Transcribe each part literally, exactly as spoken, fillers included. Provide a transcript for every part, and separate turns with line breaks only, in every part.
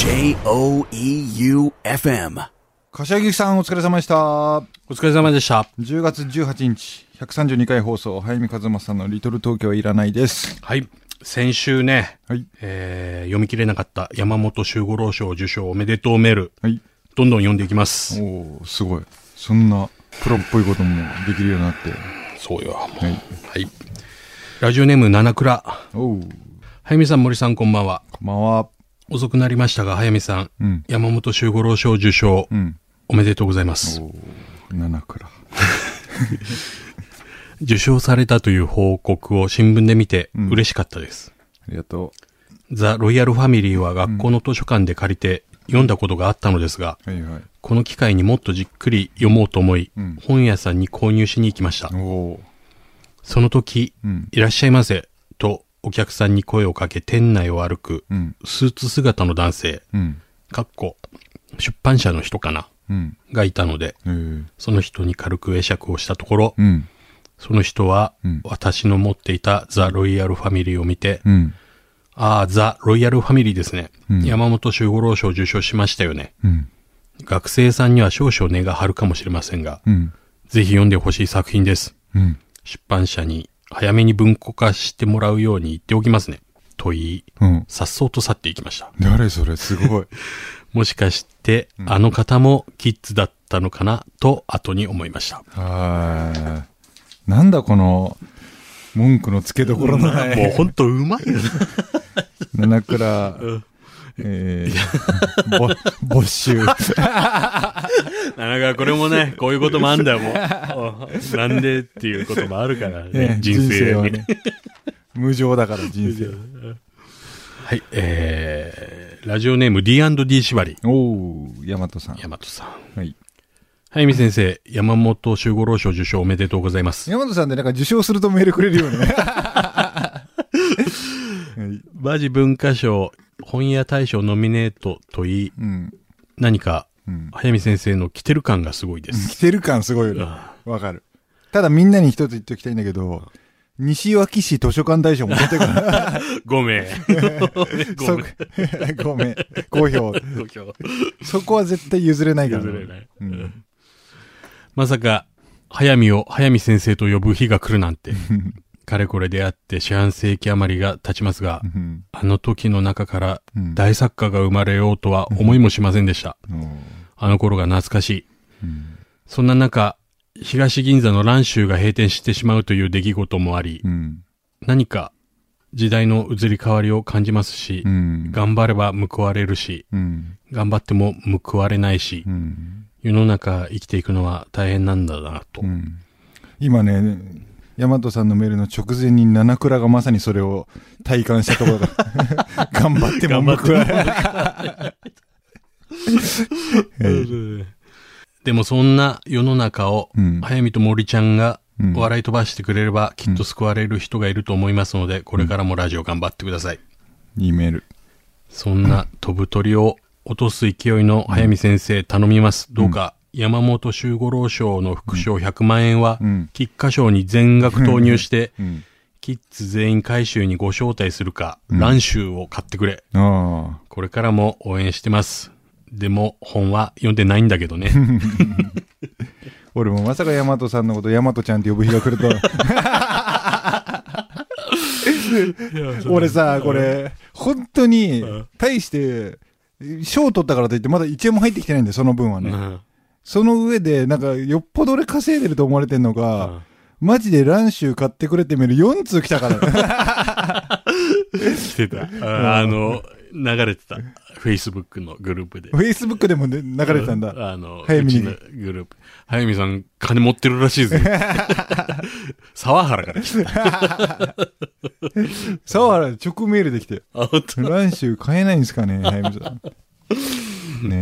ジェイオーイーユーエフエム。
柏木さんお疲れ様でした。
お疲れ様でした。
じゅうがつじゅうはちにちひゃくさんじゅうにかい放送、早見和正さんのリトル東京はいらないです。
はい。先週ね、
はい、
えー、読み切れなかった山本周五郎賞受賞おめでとうメール、はい、どんどん読んでいきます。
おー、すごい。そんなプロっぽいこともできるようになって。
そうよ。はい。はい。ラジオネーム七倉。おう。早見さん、森さん、こんばんは。
こんばんは。
遅くなりましたが、早見さん、うん、山本周五郎賞受賞、うん、おめでとうございます。お
ー、七倉。
受賞されたという報告を新聞で見て嬉しかったです。
うん、ありがと
う。ザ・ロイヤルファミリーは学校の図書館で借りて読んだことがあったのですが、うん、はいはい、この機会にもっとじっくり読もうと思い、うん、本屋さんに購入しに行きました。おその時、うん、いらっしゃいませとお客さんに声をかけ店内を歩く、うん、スーツ姿の男性、うん、かっこ出版社の人かな、うん、がいたので、その人に軽く会釈をしたところ、うん、その人は、うん、私の持っていたザ・ロイヤルファミリーを見て、うん、ああ、ザ・ロイヤルファミリーですね。うん、山本周五郎賞を受賞しましたよね。うん、学生さんには少々値が張るかもしれませんが、うん、ぜひ読んでほしい作品です。うん、出版社に早めに文庫化してもらうように言っておきますね。と言い、うん、さっそうと去っていきました。
誰それ、すごい。
もしかして、うん、あの方もキッズだったのかなと後に思いました。
はい。なんだこの文句の付けどころのない。
もう本当うまいよ
な。七倉、うん、えー、ぼ没収。
なんかこれもね、こういうこともあるんだよ、もう。なんでっていうこともあるからね、ね人生に。人生はね、
無常だから人生。
はい、えー、ラジオネーム ディーアンドディー 縛り。
おー、大和さん。
大和さん。
はい。
早見先生、山本周五郎賞受賞おめでとうございます。
大和さんでなんか受賞するとメールくれるよね。はい、
馬事文化賞本屋大賞ノミネートといい、うん、何か、うん、早見先生の来てる感がすごいです。
来てる感すごいよね。わかる。ただみんなに一つ言っておきたいんだけど、西脇市図書館大賞も出てくる。
ごめん。
ごめん。好評。そこは絶対譲れないから。
譲れない。うん、まさか、早見を早見先生と呼ぶ日が来るなんて。かれこれ出会って四半世紀余りが経ちますが、うん、あの時の中から大作家が生まれようとは思いもしませんでした。うん、あの頃が懐かしい。うん、そんな中、東銀座の蘭州が閉店してしまうという出来事もあり、うん、何か時代の移り変わりを感じますし、うん、頑張れば報われるし、うん、頑張っても報われないし、うん、世の中生きていくのは大変なんだなと。うん、
今ね、大和さんのメールの直前に七倉がまさにそれを体感したところだ。頑張っても報われない。
でもそんな世の中を、うん、早見と森ちゃんが笑い飛ばしてくれれば、うん、きっと救われる人がいると思いますので、これからもラジオ頑張ってください。
うん、いいメール。
そんな飛ぶ鳥を落とす勢いの早見先生頼みます。うん、どうか山本周五郎賞の副賞ひゃくまんえんは、うん、菊花賞に全額投入して、うん、キッズ全員回収にご招待するか、うん、蘭州を買ってくれ。これからも応援してます。でも本は読んでないんだけどね。
俺もまさか大和さんのこと大和ちゃんって呼ぶ日が来ると。俺さ、これ本当に大して賞取ったからといってまだいちえんも入ってきてないんだよ、その分はね。うん、その上でなんかよっぽど俺稼いでると思われてんのか、うん、マジで蘭州買ってくれってメールよん通来たから。
来てた。あ, あの流れてた。Facebook のグループで。
Facebook でも、ね、流れてたんだ。
あの、早見のグループ。早見さん、金持ってるらしいぜ。沢原から来た。
沢原、直メールで来て。あ、本当。来週買えないんですかね、早見さん。ねえ、うん。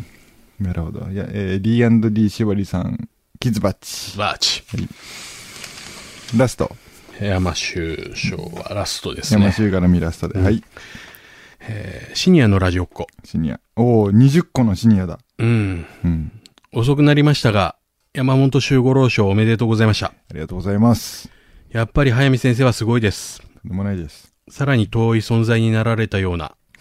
なるほど。いや、えー、ディーアンドディー 縛りさん、キズバッチ。
バッチ。はい、
ラスト。
山州賞はラストですね。
山州絡みラストで。うん、はい。
えー、シニアのラジオっ子。
シニア。おお、にじゅっこのシニアだ。
うん。うん。遅くなりましたが、山本周五郎賞おめでとうございました。
ありがとうございます。
やっぱり早見先生はすごいです。
とんでもないです。
さらに遠い存在になられたような、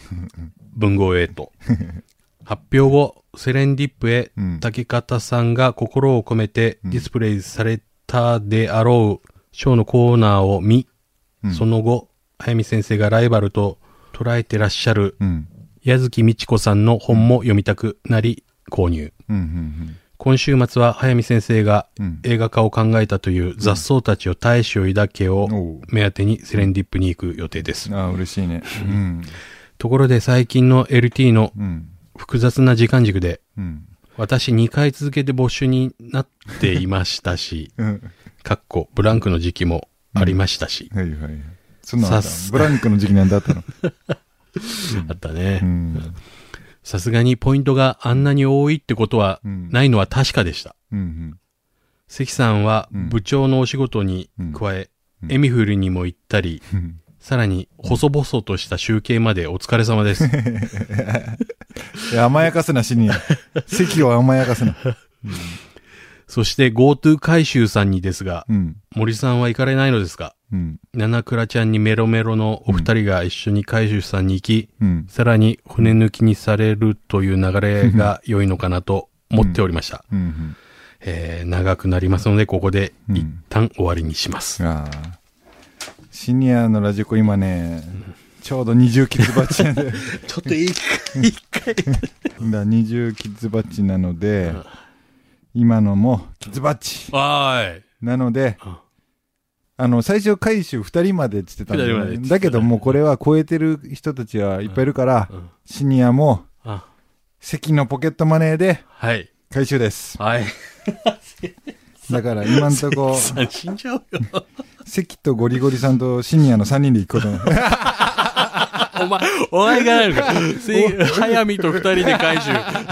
文豪へと。発表後、セレンディップへ、竹方さんが心を込めてディスプレイされたであろうショーのコーナーを見、うん、その後、早見先生がライバルと捉えてらっしゃる、うん、矢月美智子さんの本も読みたくなり、購入。うんうんうん、今週末は早見先生が映画化を考えたという雑草たちを大志を抱けを目当てにセレンディップに行く予定です。
ああ、嬉しいね。うん、
ところで最近の エルティー の複雑な時間軸で、うん、私にかい続けて没収になっていましたし、うん、かっこブランクの時期もありましたし。
うん、はいはい。そんなブランクの時期なんだったの。
あったね。さすがにポイントがあんなに多いってことはないのは確かでした。うんうん、関さんは部長のお仕事に加え、うん、エミフルにも行ったり、うん、さらに細々とした集計までお疲れ様です。
いや甘やかすな、シニア。関を甘やかすな。うん、
そして GoTo 回収さんにですが、うん、森さんは行かれないのですか？うん、七倉ちゃんにメロメロのお二人が一緒に回収さんに行き、うん、さらに骨抜きにされるという流れが良いのかなと思っておりました。うんうん、えー、長くなりますので、ここで一旦終わりにします。
うん、あシニアのラジコ今ね、うん、ちょうど二重キッズバッチなんで。
ちょっと一回、一回。
だ二重キッズバッチなので、うん、今のもキッズバッチ。
はい。
なので、うん、あの、最初回収二人までって言ってたんだよね。だけどもうこれは超えてる人たちはいっぱいいるから、うんうん、シニアも、関のポケットマネーで、回収です。
はい。
だから今んとこ、
死んじゃうよ。
関とゴリゴリさんとシニアのさんにんで行くことに。
お前、お前がなるか。早見と二人で回収。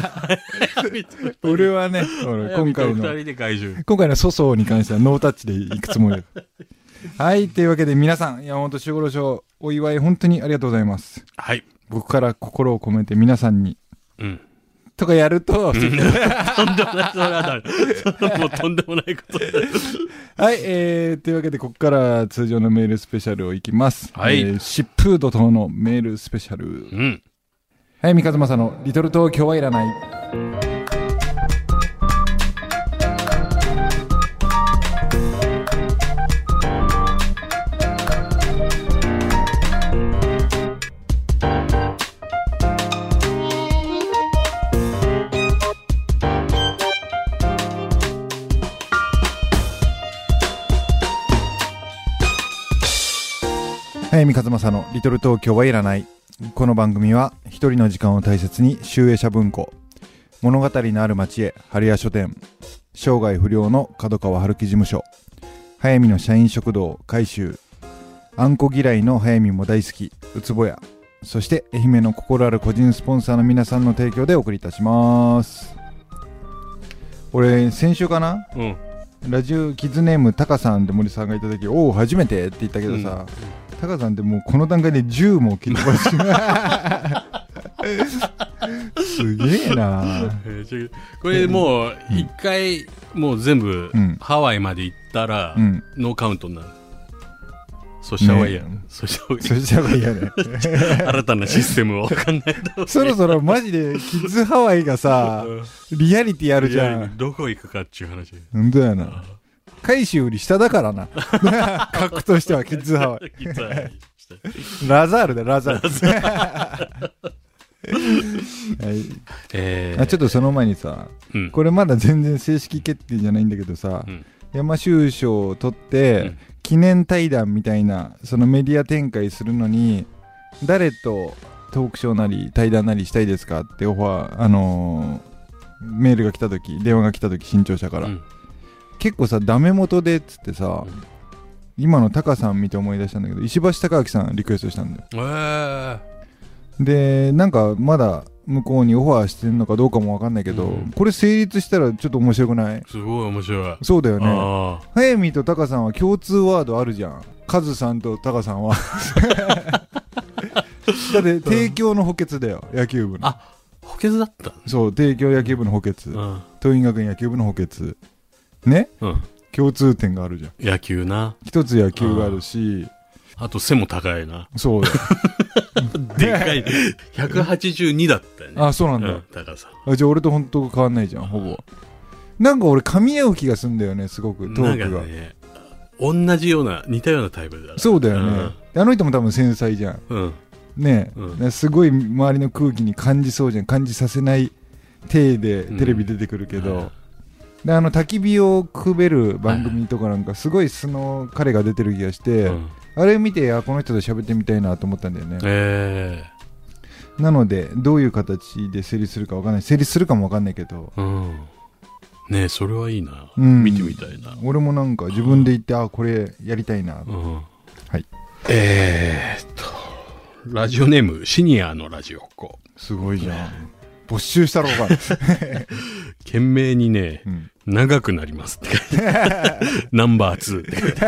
俺はね、今回の、今回の粗相に関してはノータッチで行くつもりだ。はい、というわけで皆さん、山本周五郎賞お祝い本当にありがとうございます。
はい。
僕から心を込めて皆さんに。うん。とかやると、とんでもない、
それはもうとんでもないこと。
はい、えー、というわけで、ここから通常のメールスペシャルをいきます。
はい。
えー、疾風怒涛のメールスペシャル。うん。早見和正のリトル東京はいらない。早見和正のリトル東京はいらない。この番組は一人の時間を大切に集英社文庫、物語のある町へ春屋書店、生涯不良の角川春樹事務所、早見の社員食堂改修、あんこ嫌いの早見も大好きうつぼや、そして愛媛の心ある個人スポンサーの皆さんの提供でお送りいたします。俺先週かな、うん、ラジオキッズネームタカさんで森さんがいた時、おお初めてって言ったけどさ、うんタカさんってもうこの段階でじゅうも切ってますすげえな
これもう一回もう全部ハワイまで行ったらノーカウントになる、うん、そした方がいいや、ね、そ
した方がいいやね
新たなシステムを考えた
そろそろマジでキッズハワイがさリアリティあるじゃん。
どこ行くかっていう話。
本当やな。海州より下だからな格としてはキッズハワイラザールだラザールはいえー、あちょっとその前にさ、うん、これまだ全然正式決定じゃないんだけどさ、うん、山修賞を取って、うん、記念対談みたいなそのメディア展開するのに誰とトークショーなり対談なりしたいですかってオファー、あのー、メールが来た時電話が来た時新潮社から、うん結構さダメ元でっつってさ、うん、今のタカさん見て思い出したんだけど石橋貴明さんリクエストしたんだよ、えー、でなんかまだ向こうにオファーしてるのかどうかも分かんないけど、うん、これ成立したらちょっと面白くない？
すごい面白い。
そうだよね。早見とタカさんは共通ワードあるじゃん。カズさんとタカさんはだって帝京の補欠だよ野球部の。
あ補欠だった。
そう帝京野球部の補欠、うん、桐蔭学園野球部の補欠ね、うん、共通点があるじゃん。
野球な。
一つ野球があるし、
あと背も高いな。
そうだ
でかい。ひゃくはちじゅうにだったよね。
あ、そうなんだ。うん、
高さ。
あ、じゃあ俺と本当変わんないじゃん、ほぼ。なんか俺噛み合う気がすんだよね、すごく、トークが。なんかね、
同じような、似たようなタイプだから。
そうだよね。うん、あの人も多分繊細じゃん。うん、ねえ、うん、すごい周りの空気に感じそうじゃん。感じさせない体でテレビ出てくるけど。うん、で、あの焚き火をくべる番組とかなんかすごい素の彼が出てる気がして、うん、あれ見て、あ、この人と喋ってみたいなと思ったんだよね。えー、なのでどういう形で成立するかわかんない。成立するかもわかんないけど、うん、
ねえ、それはいいな、うん、見てみたいな。
俺もなんか自分で言って、うん、あ、これやりたいな、うん、はい。
えーっとラジオネームシニアのラジオっ子。
すごいじゃん。没収したろうか。
懸命にね、うん、長くなりますって書いてナンバーツーって書いて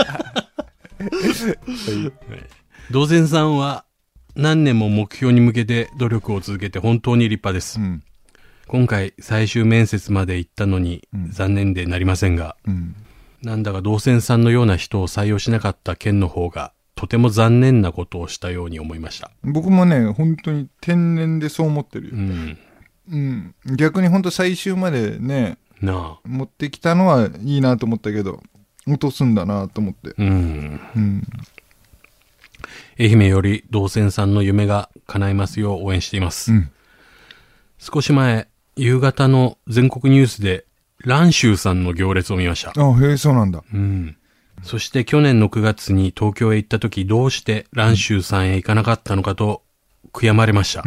道前さんは何年も目標に向けて努力を続けて本当に立派です、うん、今回最終面接まで行ったのに、うん、残念でなりませんが、うん、なんだか道前さんのような人を採用しなかった県の方がとても残念なことをしたように思いました。
僕もね、本当に天然でそう思ってるよ、うんうん、逆に本当最終までねなあ持ってきたのはいいなと思ったけど、落とすんだなと思って、うんうん、
愛媛より道前さんの夢が叶いますよう応援しています、うん、少し前夕方の全国ニュースで蘭州さんの行列を見ました。
あ、へえ、そうなんだ、うん、
そして去年のくがつに東京へ行った時、どうして蘭州さんへ行かなかったのかと悔やまれました、うん、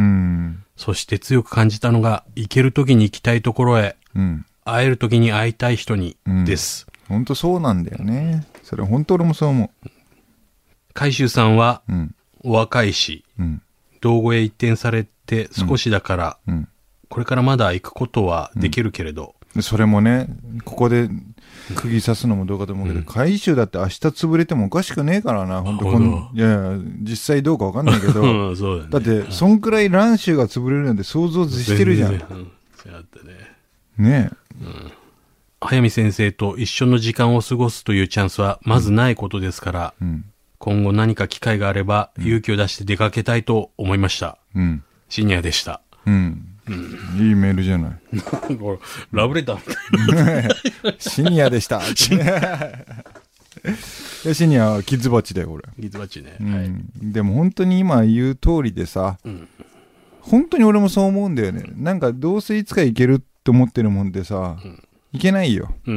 そして強く感じたのが、行ける時に行きたいところへ、うん、会える時に会いたい人に、うん、です。
本当そうなんだよね。それ本当俺もそう思う。
海舟さんは、うん、お若いし、うん、道後へ移転されて少しだから、うんうん、これからまだ行くことはできるけれど、
うん、それもね、ここで釘刺すのもどうかと思うけど、うん、海舟だって明日潰れてもおかしくねえからな、本当こんいやいや実際どうかわかんないけどそうだね、だってそんくらい蘭州が潰れるなんて想像してるじゃん。うん、そうやってね。ねえ、うん、
早見先生と一緒の時間を過ごすというチャンスはまずないことですから、うん、今後何か機会があれば勇気を出して出かけたいと思いました、うん、シニアでした、うん
うん、いいメールじゃない。
ラブレターみたいな
シニアでしたシニアはキッズバッチだよ俺。
キッズバッチね、
うん、はい、でも本当に今言う通りでさ、うん、本当に俺もそう思うんだよね。なんかどうせいつか行けるって思ってるもんでさ、うん、行けないよ、うん、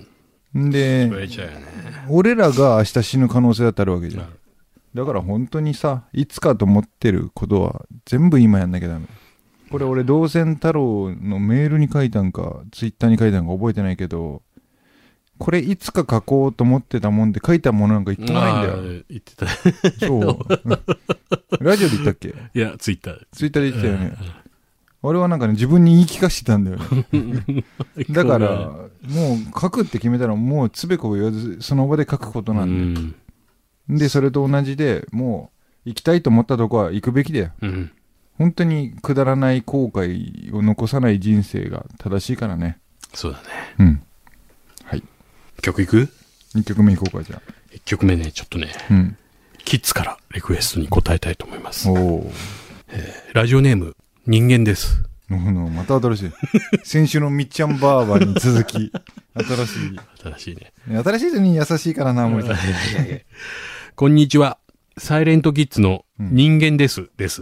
で、ね、俺らが明日死ぬ可能性だってあるわけじゃん、うん、だから本当にさ、いつかと思ってることは全部今やんなきゃダメ。これ俺道前太郎のメールに書いたんかツイッターに書いたんか覚えてないけど、これいつか書こうと思ってたもんで書いたものなんか一個もないんだよ。
言ってた
そうラジオで言ったっけ。
いやツイッター
ツイッターで言ってたよね。俺はなんかね、自分に言い聞かせてたんだよねだからもう書くって決めたらもうつべこべ言わずその場で書くことなんで、うん、でそれと同じでもう行きたいと思ったとこは行くべきだよ、うん、本当にくだらない後悔を残さない人生が正しいからね。
そうだね。
うん。はい。
曲いく？
いっきょくめいこうか、じゃあ。
いっきょくめね、ちょっとね、うん、キッズからリクエストに答えたいと思います。おー、えー、ラジオネーム、人間です。
ののまた新しい。先週のみっちゃんばあばに続き、新しい。
新しいね。
新しい人に優しいからな、森さん。
こんにちは。サイレントキッズの人間です、うん、です。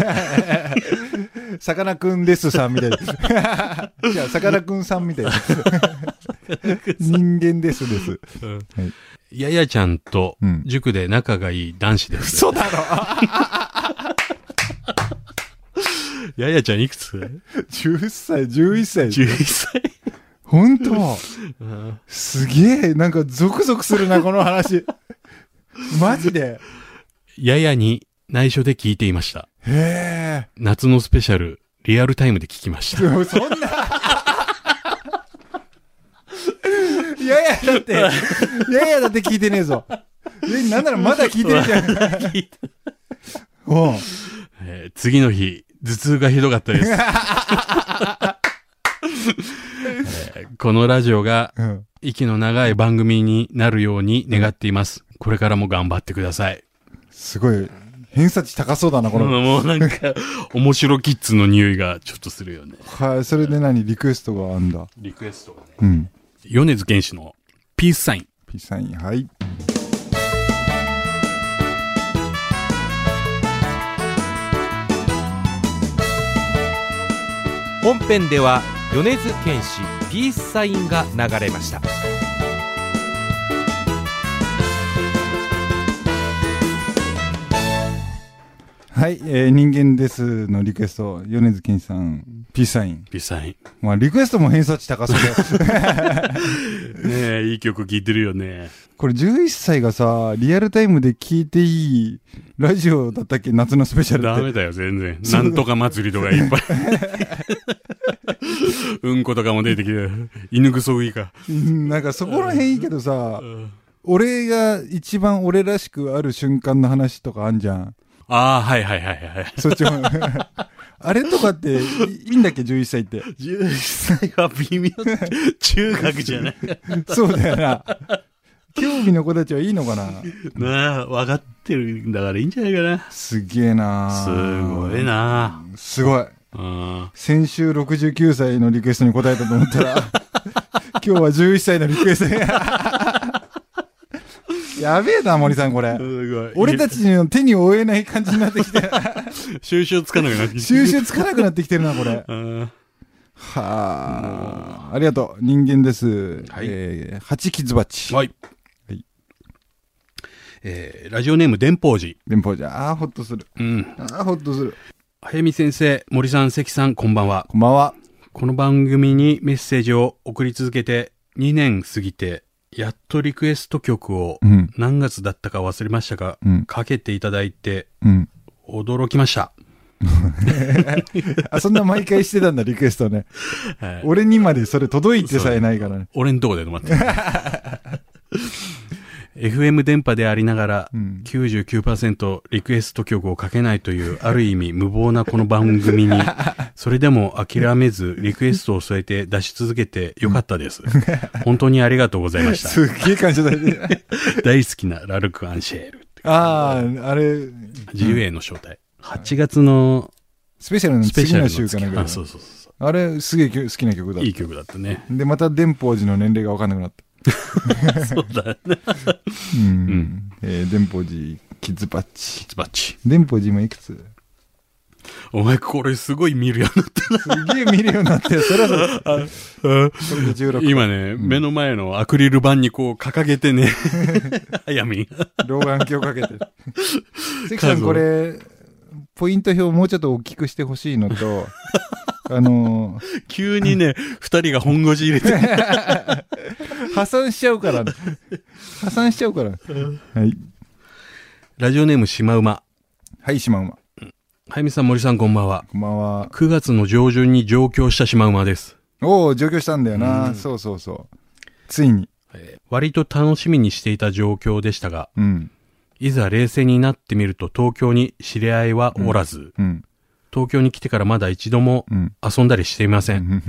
さかなクンですさんみたいです。じゃあさかなクンさんみたいです。人間ですです。うん、はい、
ややちゃんと塾で仲がいい男子です。
そうだろ。
ややちゃんいくつ？
じゅっさい、じゅういっさい。
じゅういっさい。
ほんと、うん、すげえ、なんかゾクゾクするな、この話。マジで。
ややに内緒で聞いていました。
へえ。
夏のスペシャル、リアルタイムで聞きました。
そんな。いやいや、だって、いやいや、だって聞いてねえぞ。え、なんならまだ聞いてるじゃん。聞いておう、
えー、次の日、頭痛がひどかったです。えー、このラジオが、息の長い番組になるように願っています。これからも頑張ってください。
すごい。 偏差値高そうだな、この。
もうなんか、面白キッズの匂いがちょっとするよね。
はい、それで何リクエストがあんだ。
リクエストがね。
うん。
米津玄師のピースサイン。
ピースサイン、はい。
本編では米津玄師ピースサインが流れました。
はい、えー、人間ですのリクエスト、米津玄師さん、ピースサイン。
ピースサイン。
まあ、リクエストも偏差値高そうで。
ねえ、いい曲聴いてるよね。
これじゅういっさいがさ、リアルタイムで聴いていいラジオだったっけ、夏のスペシャルって。
ダメだよ、全然。なんとか祭りとかいっぱい。うんことかも出てきて、犬ぐそ食いか。
なんかそこら辺いいけどさ、俺が一番俺らしくある瞬間の話とかあんじゃん。
ああ、はいはいはいはい。
そっちも。あれとかっていいんだっけ、じゅういっさいって。
じゅういっさいは微妙。中学じゃない。
そうだよな。興味の子たちはいいのかな。
なあ、分かってるんだからいいんじゃないかな。
すげえな。
すごいな。
すごい。先週ろくじゅうきゅうさいのリクエストに答えたと思ったら、今日はじゅういっさいのリクエストに。やべえな、森さん、これ。俺たちの手に負えない感じになってきて。
収集つかなくなってきて。
収集つかなくなってきてるな、これ。はあ。ありがとう。人間です。はい。えー、八キズバチ。
はい。はい。えー、ラジオネーム、電報寺。
電報寺。ああ、ほっとする。
うん。
ああ、ほっとする。
早見先生、森さん、関さん、こんばんは。
こんばんは。
この番組にメッセージを送り続けてにねん過ぎて、やっとリクエスト曲を何月だったか忘れましたが、うん、かけていただいて、うん、驚きました。
あ、そんな毎回してたんだ、リクエストね。はい、俺にまでそれ届いてさえないからね。
俺んとこで止まってる。エフエム 電波でありながら、うん、きゅうじゅうきゅうパーセント リクエスト曲をかけないという、ある意味無謀なこの番組に、それでも諦めずリクエストを添えて出し続けてよかったです。本当にありがとうございました。
すっげえ感謝だね。
大好きなラルク・アンシェール。
ああ、あれ。
自由への招待。はちがつの
スペシャルの次の週かな。
あ、そうそうそう。
あれ、すげえ好きな曲だった。
いい曲だったね。
で、また電報寺の年齢が分かんなくなった。
そうだね。
うん。うん、えー、電報寺、キッズバッチ。
キッズバッチ。
電報寺今いくつ？
お前これすごい見るようになって
な。すげえ見るようになってる。それはそう。それでじゅうろく。
今ね、うん、目の前のアクリル板にこう掲げてね。早見。
老眼鏡かけて。関さんこれ、ポイント表もうちょっと大きくしてほしいのと、あのー、
急にね、二人が本腰入れて。
破産しちゃうからね。破産しちゃうから。はい。
ラジオネームシマウマ。
はい、シマウマ。
はやみさん、森さん、こんばんは。
こんばんは。
くがつの上旬に上京したシマウマです。
おお、上京したんだよな、うん。そうそうそう。ついに、
えー。割と楽しみにしていた状況でしたが、うん、いざ冷静になってみると東京に知り合いはおらず、うんうん、東京に来てからまだ一度も遊んだりしていません。うん、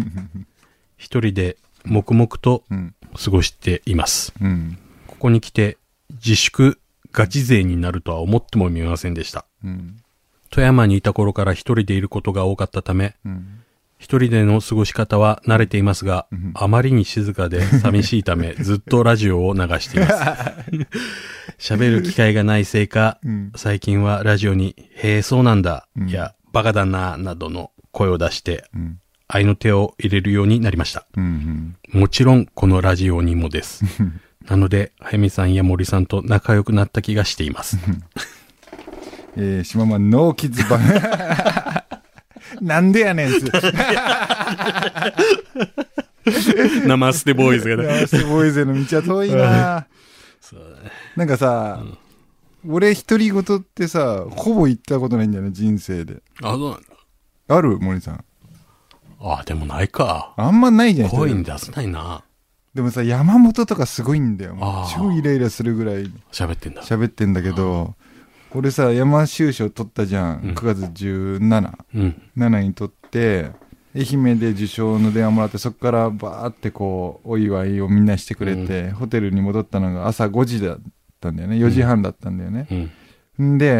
一人で黙々と過ごしています。うん、ここに来て自粛ガチ勢になるとは思ってもみませんでした。うん、富山にいた頃から一人でいることが多かったため、うん、一人での過ごし方は慣れていますが、うん、あまりに静かで寂しいためずっとラジオを流しています。喋る機会がないせいか、うん、最近はラジオにへえそうなんだ、うん、やバカだななどの声を出して、うん、愛の手を入れるようになりました。うんうん、もちろんこのラジオにもです。なので、はやみさんや森さんと仲良くなった気がしています。
えー、しままノーキッズ版。なんでやねんす。
ナマステボーイズがね。
ナマステボーイズへの道は遠いな。そうだね。なんかさ、うん、俺独り言ってさ、ほぼ言ったことないんだよね、人生で。
あ、そうなんだ。
ある森さん。
あ、でもないか。
あんまないじゃん。
声に出せないな。
でもさ、山本とかすごいんだよ。超イライラするぐらい。
喋ってんだ。
喋ってんだけど、俺さ、山修賞取ったじゃん。うん、くがつじゅうしち、うん、しちに取って、愛媛で受賞の電話もらって、そこからバーってこう、お祝いをみんなしてくれて、うん、ホテルに戻ったのが朝ごじだったんだよね。よじはんだったんだよね。うん、で、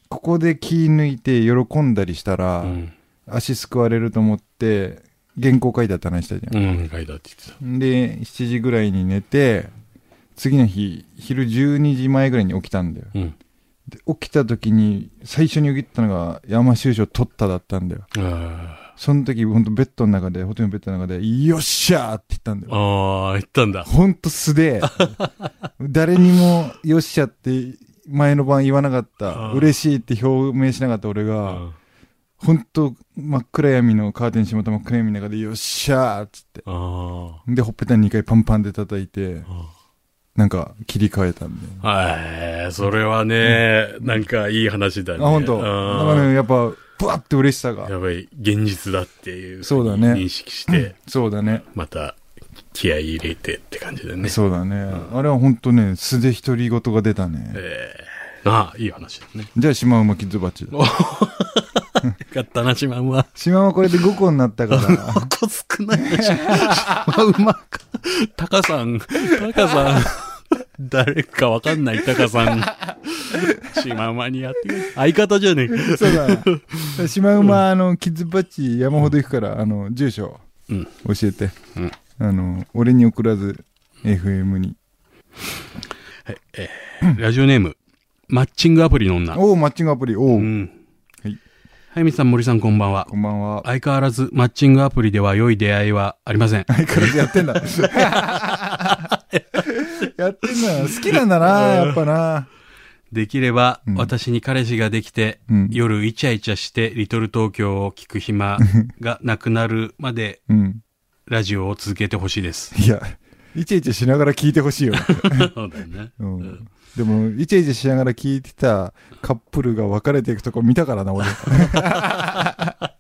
ここで気抜いて喜んだりしたら、うん、足すくわれると思って原稿書いてあった話したじゃん。
うん、書いたって言って
た。でしちじぐらいに寝て次の日昼じゅうにじまえぐらいに起きたんだよ、うん、で起きた時に最初に起きたのが山修士を取っただったんだよ。その時ほんとベッドの中でホテルのベッドの中でよっしゃーって言ったんだよ。
ああ言ったんだ。
ほんと素で誰にもよっしゃって前の晩言わなかった、嬉しいって表明しなかった俺がほんと真っ暗闇のカーテン閉まった真っ暗闇の中でよっしゃーっつってあでほっぺたににかいパンパンで叩いてなんか切り替えたんで。
はい、それはね、うん、なんかいい話だね。
あ、本当。だからね、やっぱ、ぶわって嬉しさが。
やっぱり現実だっていう。
そうだね。
認識して。
そうだね。
また、気合い入れてって感じだね。
そうだね。うん、あれは本当ね、素で独り言が出たね。
ええー。ああ、いい話だね。
じゃあ、シマウマキッズバッチだ。
よかったな、シマウマ。
シマウマこれでごこになったから。
ごこ少ないな、シマウマか。タカさん、タカさん。誰かわかんないタカさん。シマウマにやってくれ。相方じゃねえ。
そうだ。シマウマ、あの、キッズバッチ山ほど行くから、あの、住所、うん、教えて。うん。あの、俺に送らず、エフエム に。
はい、えー、ラジオネーム、マッチングアプリの女。
おう、マッチングアプリ、おう。うん。
はい。はい、みさん、森さん、こんばんは。
こんばんは。
相変わらず、マッチングアプリでは良い出会いはありません。
相変わらずやってんだ。やってんだよ。好きなんだな、やっぱな。
できれば、うん、私に彼氏ができて、うん、夜イチャイチャしてリトル東京を聞く暇がなくなるまで、うん、ラジオを続けてほしいです。
いや、イチャイチャしながら聞いてほしいよ。
そうだよね。
うんうん、でも、イチャイチャしながら聞いてたカップルが別れていくとこ見たからな、俺。はい。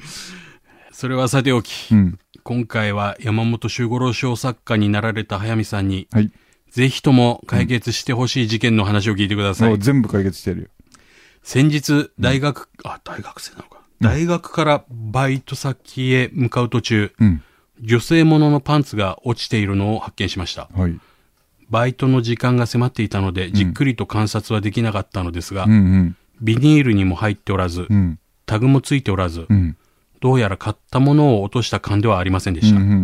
それはさておき、うん、今回は山本周五郎小作家になられた早見さんに、はい、ぜひとも解決してほしい事件の話を聞いてください。
うん、全部解決してるよ。
先日、大学、うん、あ、大学生なのか。うん、大学からバイト先へ向かう途中、うん、女性もののパンツが落ちているのを発見しました。はい、バイトの時間が迫っていたので、じっくりと観察はできなかったのですが、うんうん、ビニールにも入っておらず、うん、タグもついておらず、うんどうやら買ったものを落とした感ではありませんでした。うんうんうんうん、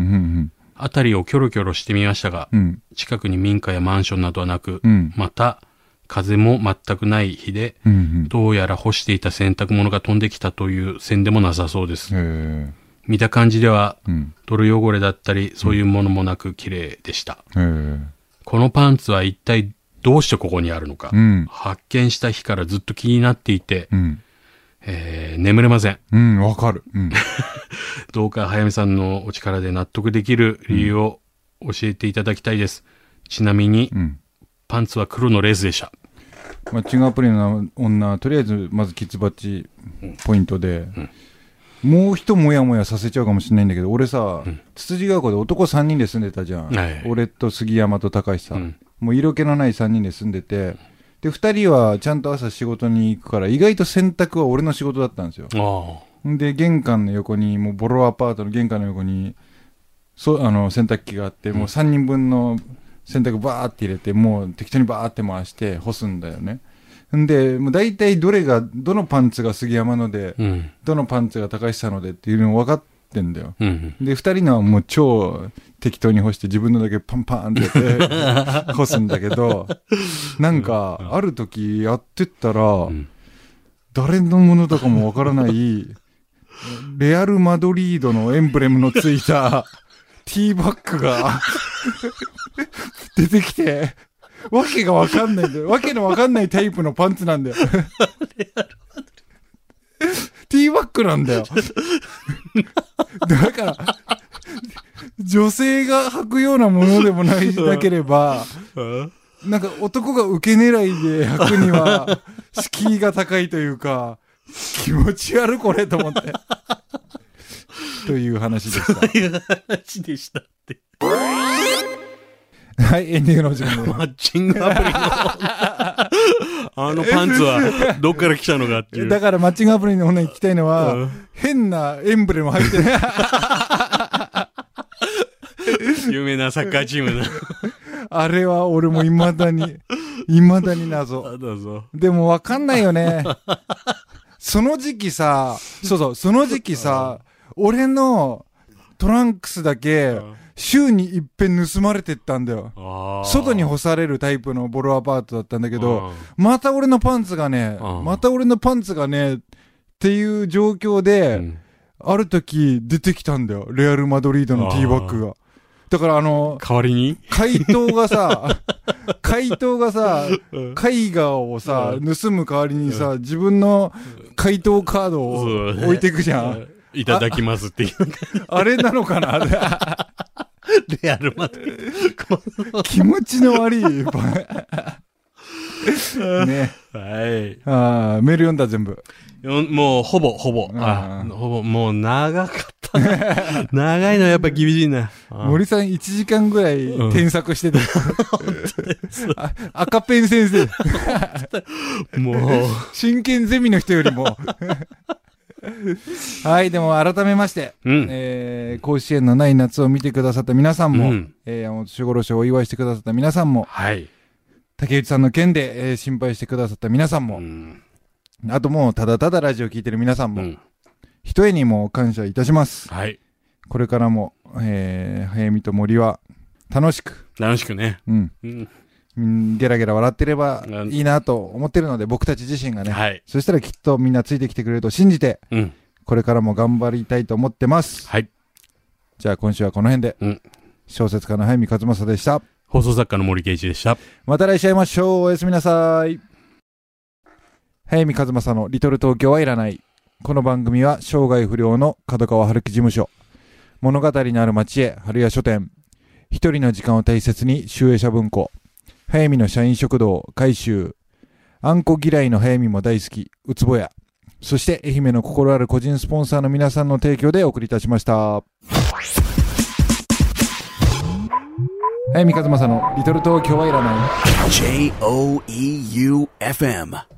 辺りをキョロキョロしてみましたが、うん、近くに民家やマンションなどはなく、うん、また風も全くない日で、うんうん、どうやら干していた洗濯物が飛んできたという線でもなさそうです。見た感じでは、うん、泥汚れだったりそういうものもなく綺麗でした。このパンツは一体どうしてここにあるのか、うん、発見した日からずっと気になっていて、うんえー、眠れません。
うん、わかる。うん、
どうか早見さんのお力で納得できる理由を教えていただきたいです。うん、ちなみに、うん、パンツは黒のレースでした。
マッチングアプリの女、とりあえずまずキッズバッチポイントで、うんうん、もう一もやもやさせちゃうかもしれないんだけど、俺さ、うん、つつじが丘で男さんにんで住んでたじゃん。はい、俺と杉山と高橋さ、うん。もう色気のないさんにんで住んでて、で、二人はちゃんと朝仕事に行くから、意外と洗濯は俺の仕事だったんですよ。で、玄関の横に、もうボロアパートの玄関の横に、そあの洗濯機があって、もうさんにんぶんの洗濯バーって入れて、もう適当にバーって回して干すんだよね。んで、もう大体どれが、どのパンツが杉山ので、うん、どのパンツが高橋さんのでっていうの分かってんだよ。うんうん、で、二人のはもう超適当に干して自分のだけパンパンってやって干すんだけど、なんか、ある時やってったら、うん、誰のものとかも分からない、レアル・マドリードのエンブレムのついたティーバッグが出てきて、わけがわかんないんだよ。わけのわかんないタイプのパンツなんだよ。ティーバッグなんだよ。だから、女性が履くようなものでもないなければ、なんか男が受け狙いで履くには、敷居が高いというか、気持ち悪これと思って。という話でした。
そういう話でしたって。
はい、エンディングの時間で。
マッチングアプリのあのパンツはどっから来たのかっていう。
だからマッチングアプリの方に聞きたいのは、うん、変なエンブレム入ってない。
有名なサッカーチームの。
あれは俺も未だに未だに謎。
謎。
でもわかんないよね。その時期さ、そうそう、その時期さ、俺のトランクスだけ、週に一遍盗まれてったんだよ。外に干されるタイプのボロアパートだったんだけど、また俺のパンツがね、また俺のパンツがね、っていう状況で、うん、ある時出てきたんだよ。レアル・マドリードのティーバッグが。だからあの、
代わりに
怪盗がさ、怪盗がさ、絵画をさ、盗む代わりにさ、自分の怪盗カードを置いていくじゃん。
いただきますっていう。
あれなのかな
レアルマドリード。
気持ちの悪い。ね。
はい。
ああ、メール読んだ全部。
もう、ほぼ、ほぼ。あほぼ、もう長かった。長いのやっぱ厳しいな。
森さんいちじかんぐらい添削してた。うん、赤ペン先生。
もう。
真剣ゼミの人よりも。はい、でも改めまして、うんえー、甲子園のない夏を見てくださった皆さんも、うんえー、山本守護郎賞をお祝いしてくださった皆さんも、
はい、
竹内さんの件で、えー、心配してくださった皆さんも、うん、あともうただただラジオ聞いてる皆さんも、うん、ひとえにも感謝いたします。
はい、
これからも、えー、早見と森は楽しく、
楽しくね、
うんうんゲラゲラ笑ってればいいなと思ってるので、僕たち自身がね、はい、そしたらきっとみんなついてきてくれると信じて、うん、これからも頑張りたいと思ってます。
はい。
じゃあ今週はこの辺で、うん、小説家の早見和正でした。
放送作家の森圭一でした。
また来週会いましょう。おやすみなさい。早見和正のリトル東京はいらない。この番組は生涯不良の角川春樹事務所、物語のある町へ春屋書店、一人の時間を大切に集英社文庫、早見の社員食堂改修、あんこ嫌いの早見も大好きうつぼや、そして愛媛の心ある個人スポンサーの皆さんの提供でお送りいたしました。早見和正のリトル東京はいらない。
ジェイオーイーユーエフエム